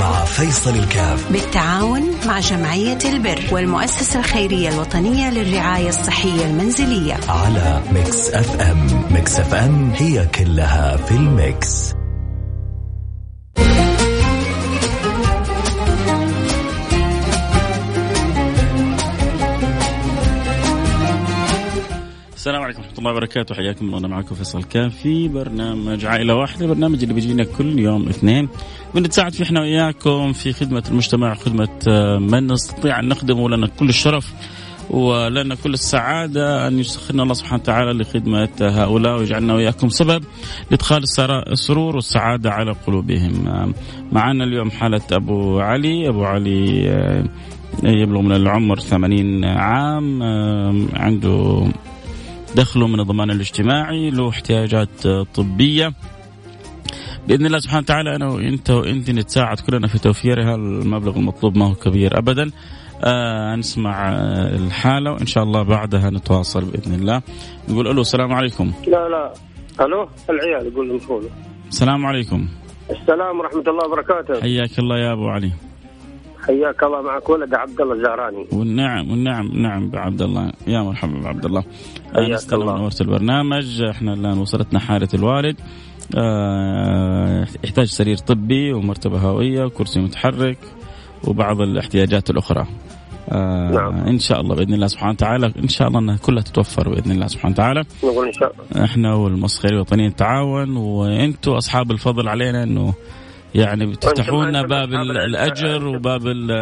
مع فيصل الكاف بالتعاون مع جمعية البر والمؤسسة الخيرية الوطنية للرعاية الصحية المنزلية على ميكس اف ام. ميكس اف ام هي كلها في الميكس. السلام عليكم ورحمة الله وبركاته. حياكم الله. أنا معكم فيصل الكاف في برنامج عائلة واحدة، برنامج اللي بيجينا كل يوم اثنين بنتساعد فيه احنا وإياكم في خدمة المجتمع، خدمة من نستطيع أن نخدمه. ولنا كل الشرف ولنا كل السعادة أن يسخرنا الله سبحانه وتعالى لخدمة هؤلاء ويجعلنا وإياكم سبب لإدخال السرور والسعادة على قلوبهم. معنا اليوم حالة أبو علي. أبو علي يبلغ من العمر 80 عام، عنده دخله من الضمان الاجتماعي، له احتياجات طبية. بإذن الله سبحانه وتعالى أنا وإنت نتساعد كلنا في توفيرها. المبلغ المطلوب ما هو كبير أبدا. نسمع الحالة وإن شاء الله بعدها نتواصل بإذن الله. نقول ألو السلام عليكم. لا ألو العيال يقول مشغول. السلام عليكم. السلام ورحمة الله وبركاته. حياك الله يا أبو علي. حياك الله. معك ولد عبد الله الزهراني. والنعم بعبد الله. يا مرحبا بعبد الله. حياك الله. نورت البرنامج. احنا الآن وصلتنا حالة الوالد، يحتاج سرير طبي ومرتبة هوائية وكرسي متحرك وبعض الاحتياجات الأخرى. نعم. إن شاء الله بإذن الله سبحانه وتعالى، إن شاء الله أنها كلها تتوفر بإذن الله سبحانه وتعالى. نقول إن شاء الله. إحنا والمؤسسة الوطنية نتعاون، وأنتوا أصحاب الفضل علينا إنه يعني بتفتحونا باب الأجر وباب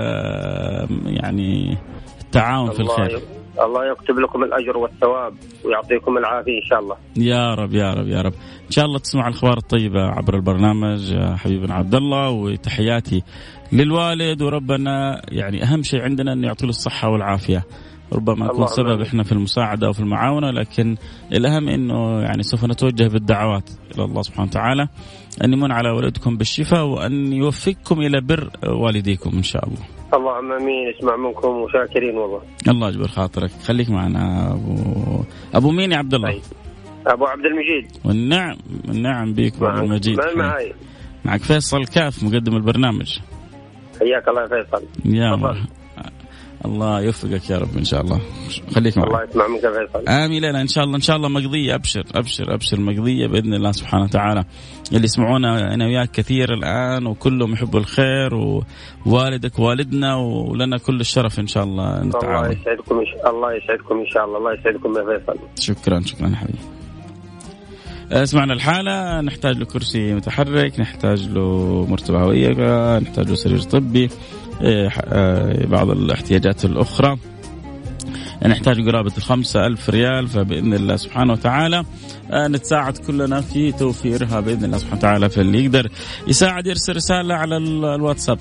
يعني التعاون في الخير. الله يكتب لكم الأجر والثواب ويعطيكم العافية إن شاء الله. يا رب يا رب يا رب. إن شاء الله تسمع الأخبار الطيبة عبر البرنامج حبيبنا عبد الله، وتحياتي للوالد. وربنا يعني أهم شيء عندنا أن يعطي له الصحة والعافية. ربما نكون سبب إحنا في المساعدة أو في المعاونة، لكن الأهم إنه يعني سوف نتوجه بالدعوات إلى الله سبحانه وتعالى أن يمن على ولدكم بالشفاء وأن يوفقكم إلى بر والديكم إن شاء الله. اللهم امين. اسمع منكم وشاكرين والله. الله يجبر خاطرك. خليك معنا ابو مين يا عبد الله؟ ابو عبد المجيد. والنعم بيك ابو عبد المجيد. معي معك فيصل كاف مقدم البرنامج. حياك الله يا فيصل. يا مرحبا. الله يوفقك يا رب ان شاء الله. خليك معنا. الله يسمع منك يا فيصل. امين. لنا ان شاء الله مقضيه. ابشر مقضيه باذن الله سبحانه وتعالى. اللي يسمعونا انا وياك كثير الان وكلهم يحبوا الخير، ووالدك والدنا ولنا كل الشرف ان شاء الله نتعاون. الله يسعدكم الله يسعدكم ان شاء الله. الله يسعدكم يا فيصل. شكرا حبيبي. اسمعنا الحالة. نحتاج له كرسي متحرك، نحتاج له مرتبة هوائية، نحتاج له سرير طبي، بعض الاحتياجات الأخرى. نحتاج قرابة 5,000 ريال. فبإذن الله سبحانه وتعالى نتساعد كلنا في توفيرها بإذن الله سبحانه وتعالى. فاللي يقدر يساعد يرسل رسالة على الواتساب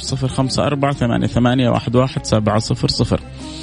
0548811700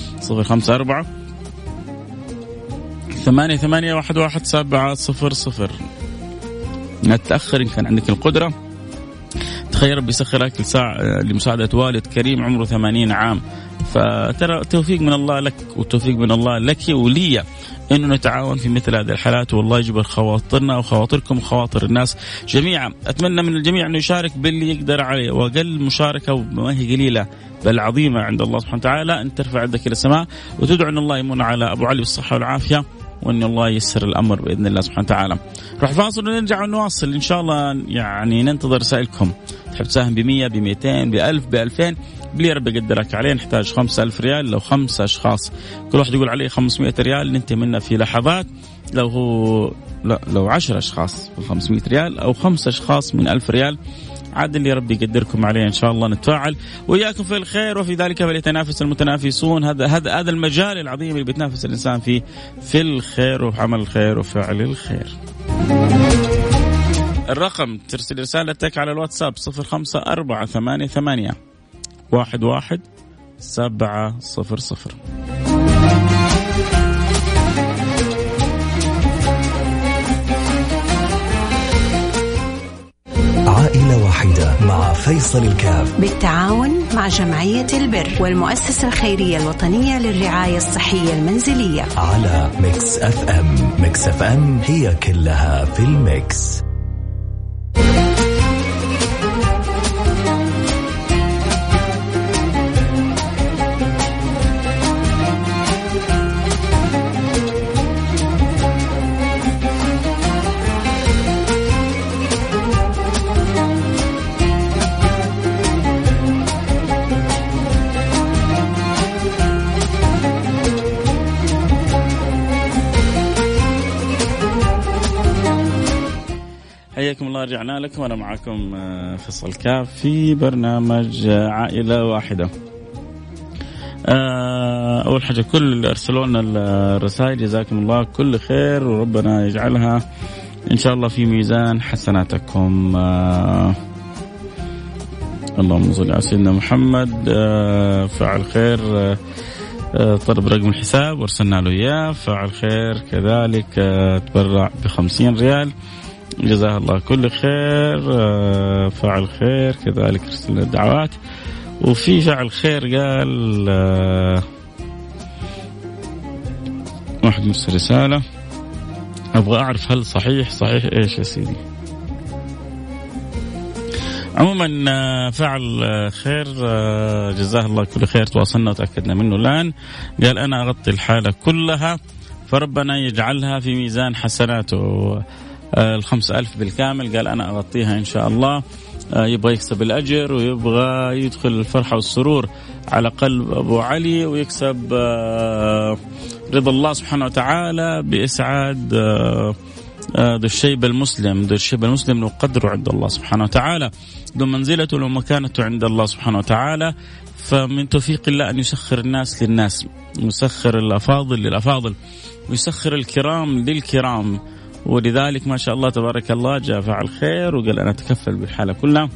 0548811700. نتأخر إن كان عندك القدرة. تخيل بيسخرك لمساعدة والد كريم عمره 80 عام. فترى توفيق من الله لك وتوفيق من الله لك ولي إنه نتعاون في مثل هذه الحالات. والله يجبر خواطرنا وخواطركم وخواطر الناس جميعا. أتمنى من الجميع أنه يشارك باللي يقدر عليه، وأقل مشاركة وما هي قليلة بل عظيمة عند الله سبحانه وتعالى أن ترفع يدك إلى السماء وتدعو أن الله يمن على أبو علي بالصحة والعافية، وأن الله ييسر الأمر بإذن الله سبحانه وتعالى. راح فاصل ونرجع ونواصل إن شاء الله. يعني ننتظر رسائلكم. تحب تساهم ب100 ب200 ب1000 ب2000 بلي رب يقدرك عليه. نحتاج 5,000 ريال. لو 5 أشخاص كل واحد يقول عليه 500 ريال ننتهي منه في لحظات. لو 10 أشخاص 500 ريال أو 5 أشخاص من 1000 ريال عاد اللي ربي يقدركم عليه. إن شاء الله نتفاعل وإياكم في الخير، وفي ذلك فليتنافس المتنافسون. هذا المجال العظيم اللي بيتنافس الإنسان فيه في الخير وفي عمل الخير وفعل الخير. الرقم ترسل رسالتك على الواتساب 0548811700. عائلة واحدة مع فيصل الكاف بالتعاون مع جمعية البر والمؤسسة الخيرية الوطنية للرعاية الصحية المنزلية على ميكس اف ام. ميكس اف ام هي كلها في الميكس. الله رجعنا لكم. أنا معكم فيصل كاف في برنامج عائلة واحدة. أول حاجة كل اللي أرسلوا لنا الرسائل جزاكم الله كل خير، وربنا يجعلها إن شاء الله في ميزان حسناتكم. اللهم صل على سيدنا محمد. فعل خير طلب رقم الحساب وارسلنا له إياه. فعل خير كذلك تبرع ب50 ريال جزاه الله كل خير. فعل خير كذلك ارسلنا الدعوات. وفي فعل خير قال واحد مرسل رسالة أبغى أعرف هل صحيح إيش يا سيدي. عموما فعل خير جزاه الله كل خير، تواصلنا وتأكدنا منه الآن. قال أنا أغطي الحالة كلها فربنا يجعلها في ميزان حسناته. 5,000 بالكامل قال أنا أغطيها إن شاء الله. يبغى يكسب الأجر ويبغى يدخل الفرحة والسرور على قلب أبو علي ويكسب رضا الله سبحانه وتعالى بإسعاد ذو الشيب المسلم. ذو الشيب المسلم له قدره عند الله سبحانه وتعالى، ذو منزلته له مكانته عند الله سبحانه وتعالى. فمن توفيق الله أن يسخر الناس للناس، يسخر الأفاضل للأفاضل، ويسخر الكرام للكرام. ولذلك ما شاء الله تبارك الله جاء فعل خير وقال أنا أتكفل بالحالة كلها.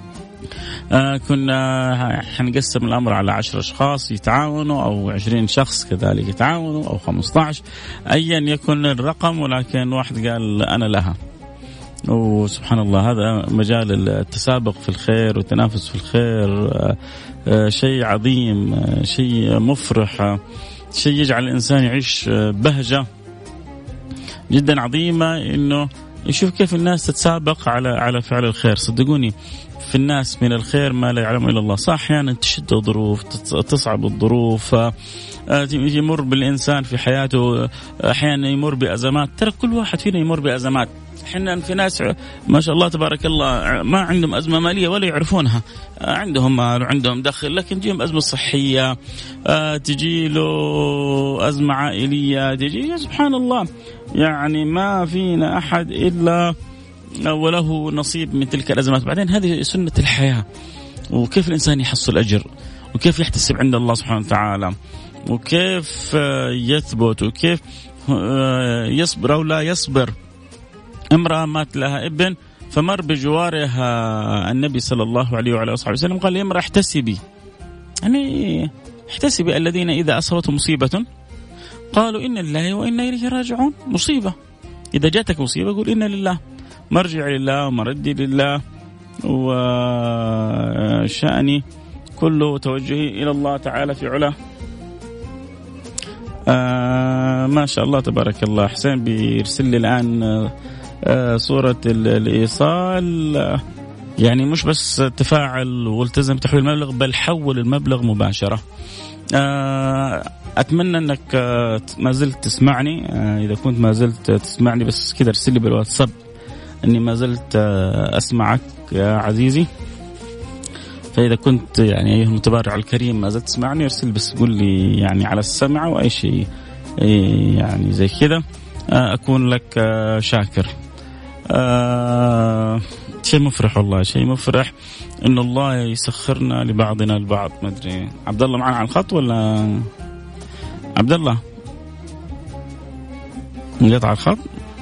كنا حنقسم الأمر على 10 أشخاص يتعاونوا أو 20 شخص كذلك يتعاونوا أو 15 أيا يكن الرقم، ولكن واحد قال أنا لها. وسبحان الله هذا مجال التسابق في الخير والتنافس في الخير، شيء عظيم، شيء مفرح، شيء يجعل الإنسان يعيش بهجة جدا عظيمة، إنه يشوف كيف الناس تتسابق على فعل الخير. صدقوني في الناس من الخير ما لا يعلم إلا الله. صح أحيانا تشد الظروف، تصعب الظروف، يمر بالإنسان في حياته أحيانا يمر بأزمات. ترى كل واحد فينا يمر بأزمات. حنا في ناس ما شاء الله تبارك الله ما عندهم أزمة مالية ولا يعرفونها، عندهم مال وعندهم دخل، لكن تجيهم أزمة صحية، تجي له أزمة عائلية، تجي سبحان الله. يعني ما فينا أحد إلا وله نصيب من تلك الأزمات. بعدين هذه سنة الحياة، وكيف الإنسان يحصل أجر، وكيف يحتسب عند الله سبحانه وتعالى، وكيف يثبت، وكيف يصبر أو لا يصبر. امرأة مات لها ابن فمر بجوارها النبي صلى الله عليه وعلى آله وسلم قال لي امرأة احتسبي، يعني احتسبي الذين إذا أصابتهم مصيبة قالوا إن لله وإنا إليه راجعون. مصيبة إذا جاتك مصيبة قول إن لله، مرجع لله ومردي لله، وشأني كله توجهي إلى الله تعالى في علاه. ما شاء الله تبارك الله. حسين بيرسل لي الآن صورة الإيصال، يعني مش بس تفاعل والتزم تحويل المبلغ بل حول المبلغ مباشرة. أتمنى أنك ما زلت تسمعني. إذا كنت ما زلت تسمعني بس كده ارسل لي بالواتساب أني ما زلت أسمعك يا عزيزي. فإذا كنت يعني أيها المتبرع الكريم ما زلت تسمعني ارسل بس قول لي يعني على السمع وأي شيء يعني زي كده أكون لك شاكر. شيء مفرح والله، شيء مفرح إن الله يسخرنا لبعضنا البعض. ما أدري عبد الله معنا على الخط ولا عبد الله يقطع الخط؟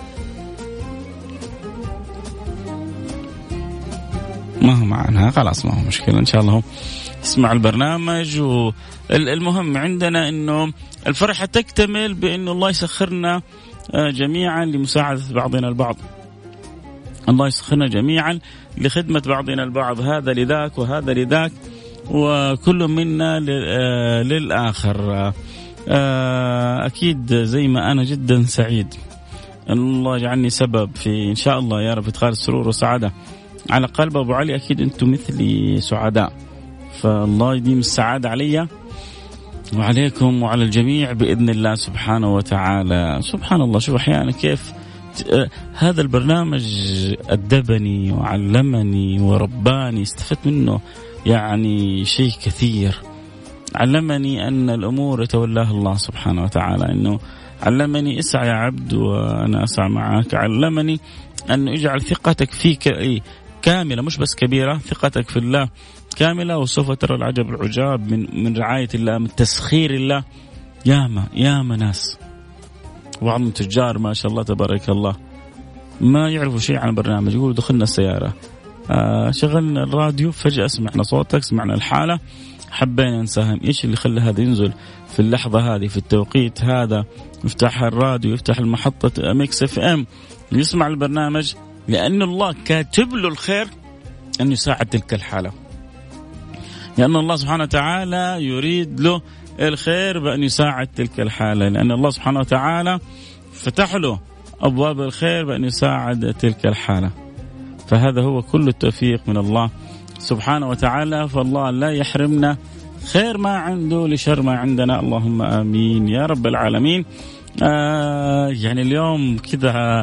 ما هو معنا خلاص، ما هو مشكلة، إن شاء الله هو يسمع البرنامج. والمهم عندنا إنه الفرحة تكتمل بإنه الله يسخرنا جميعا لمساعدة بعضنا البعض. الله يسخرنا جميعا لخدمة بعضنا البعض، هذا لذاك وهذا لذاك، وكل منا للآخر. أكيد زي ما أنا جدا سعيد أن الله يجعلني سبب في إن شاء الله يا رب إدخال السرور والسعادة على قلب أبو علي. أكيد أنتم مثلي سعداء، فالله يديم السعادة علي وعليكم وعلى الجميع بإذن الله سبحانه وتعالى. سبحان الله، شوف أحيانا كيف هذا البرنامج أدبني وعلمني ورباني، استفدت منه يعني شيء كثير. علمني أن الأمور يتولاها الله سبحانه وتعالى، إنه علمني اسعى يا عبد وأنا أسعى معك. علمني أنه يجعل ثقتك فيك كاملة، مش بس كبيرة، ثقتك في الله كاملة. وسوف ترى العجب العجاب من رعاية الله، من تسخير الله. ياما ناس وعظم تجار ما شاء الله تبارك الله ما يعرفوا شيء عن البرنامج، يقولوا دخلنا السيارة شغلنا الراديو فجأة سمعنا صوتك، سمعنا الحالة، حبينا نساهم. إيش اللي خلى هذا ينزل في اللحظة هذه في التوقيت هذا، يفتح الراديو، يفتح المحطة ميكس اف ام، يسمع البرنامج؟ لأن الله كاتب له الخير أن يساعد تلك الحالة، لأن الله سبحانه وتعالى يريد له الخير بأن يساعد تلك الحالة، لأن الله سبحانه وتعالى فتح له أبواب الخير بأن يساعد تلك الحالة. فهذا هو كل التوفيق من الله سبحانه وتعالى. فالله لا يحرمنا خير ما عنده لشر ما عندنا، اللهم آمين يا رب العالمين. يعني اليوم كذا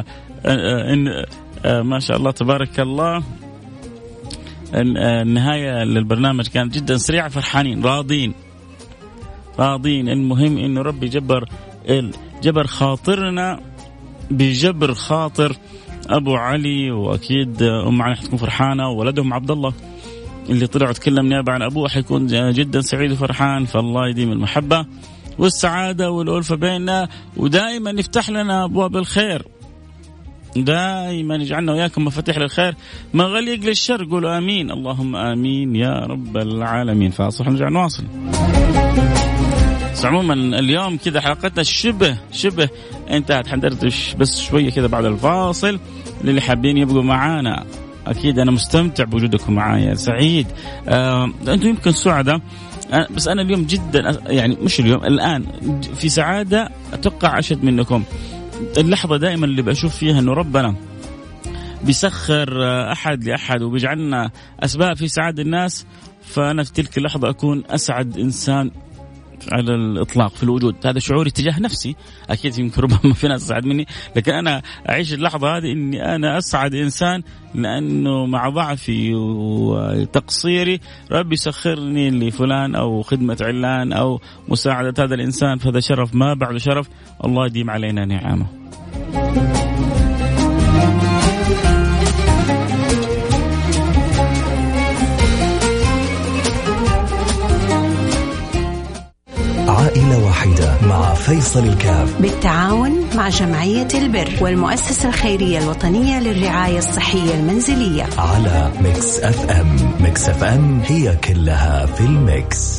ما شاء الله تبارك الله النهاية للبرنامج كانت جدا سريعة، فرحانين راضين. المهم إنه ربي جبر خاطرنا بجبر خاطر أبو علي، وأكيد أم علي حتكون فرحانة، وولدهم عبد الله اللي طلعوا تكلم نيابة عن أبوه حيكون جدا سعيد وفرحان. فالله يديم المحبة والسعادة والألفة بيننا، ودائما يفتح لنا أبواب الخير، دائما يجعلنا وياكم مفاتيح للخير مغليق للشر. قولوا آمين، اللهم آمين يا رب العالمين. فأصبح نرجع نواصل. عموما اليوم كذا حلقتنا شبه انتهت، حندردش بس شوية كذا بعد الفاصل. اللي حابين يبقوا معانا أكيد أنا مستمتع بوجودكم معايا، سعيد. أنتم يمكن سعداء، بس أنا اليوم جدا يعني مش اليوم، الآن في سعادة أتوقع أشد منكم. اللحظة دائما اللي بشوف فيها أنه ربنا بيسخر أحد لأحد وبيجعلنا أسباب في سعادة الناس، فأنا في تلك اللحظة أكون أسعد إنسان على الإطلاق في الوجود. هذا شعوري تجاه نفسي، أكيد يمكن ربما في ناس أسعد مني، لكن أنا أعيش اللحظة هذه إني أنا أسعد إنسان، لأنه مع ضعفي وتقصيري ربي يسخرني لفلان أو خدمة علان أو مساعدة هذا الإنسان، فهذا شرف ما بعد شرف. الله يديم علينا نعمه. عائلة واحدة مع فيصل الكاف بالتعاون مع جمعية البر والمؤسسة الخيرية الوطنية للرعاية الصحية المنزلية على ميكس اف ام. ميكس اف ام هي كلها في الميكس.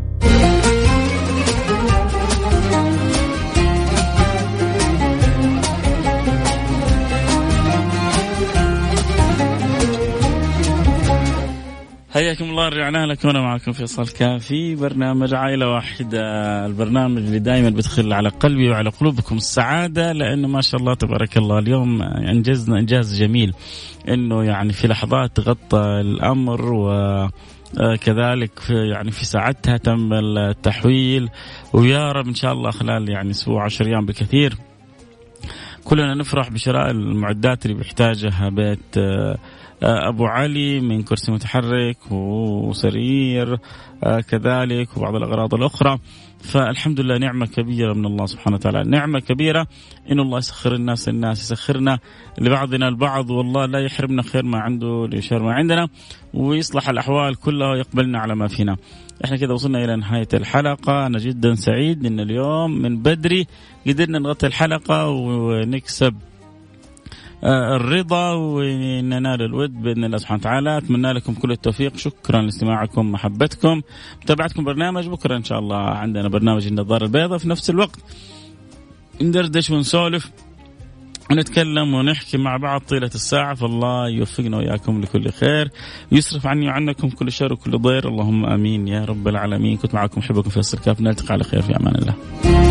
حياكم الله، رجعنا لكم وانا معكم فيصل كافي، برنامج عائلة واحدة، البرنامج اللي دائما بيدخل على قلبي وعلى قلوبكم السعادة، لأنه ما شاء الله تبارك الله اليوم أنجزنا إنجاز جميل، إنه يعني في لحظات غطى الأمر وكذلك في ساعتها تم التحويل، ويا رب إن شاء الله خلال يعني أسبوع 10 أيام بكثير كلنا نفرح بشراء المعدات اللي بيحتاجها بيت أبو علي من كرسي متحرك وسرير كذلك وبعض الأغراض الأخرى. فالحمد لله نعمة كبيرة من الله سبحانه وتعالى، نعمة كبيرة إن الله يسخر الناس يسخرنا لبعضنا البعض، والله لا يحرمنا خير ما عنده لشر ما عندنا، ويصلح الأحوال كلها ويقبلنا على ما فينا. احنا كده وصلنا إلى نهاية الحلقة. أنا جدا سعيد إن اليوم من بدري قدرنا نغطي الحلقة ونكسب الرضا وننال الود بإذن الله سبحانه وتعالى. أتمنى لكم كل التوفيق. شكرا لاستماعكم، محبتكم، متابعتكم برنامج. بكرة إن شاء الله عندنا برنامج النظارة البيضاء في نفس الوقت، ندردش ونسولف ونتكلم ونحكي مع بعض طيلة الساعة. فالله يوفقنا وإياكم لكل خير، يصرف عني وعنكم كل شر وكل ضير، اللهم آمين يا رب العالمين. كنت معكم حبكم فيصل كاف، نلتقي على خير في أمان الله.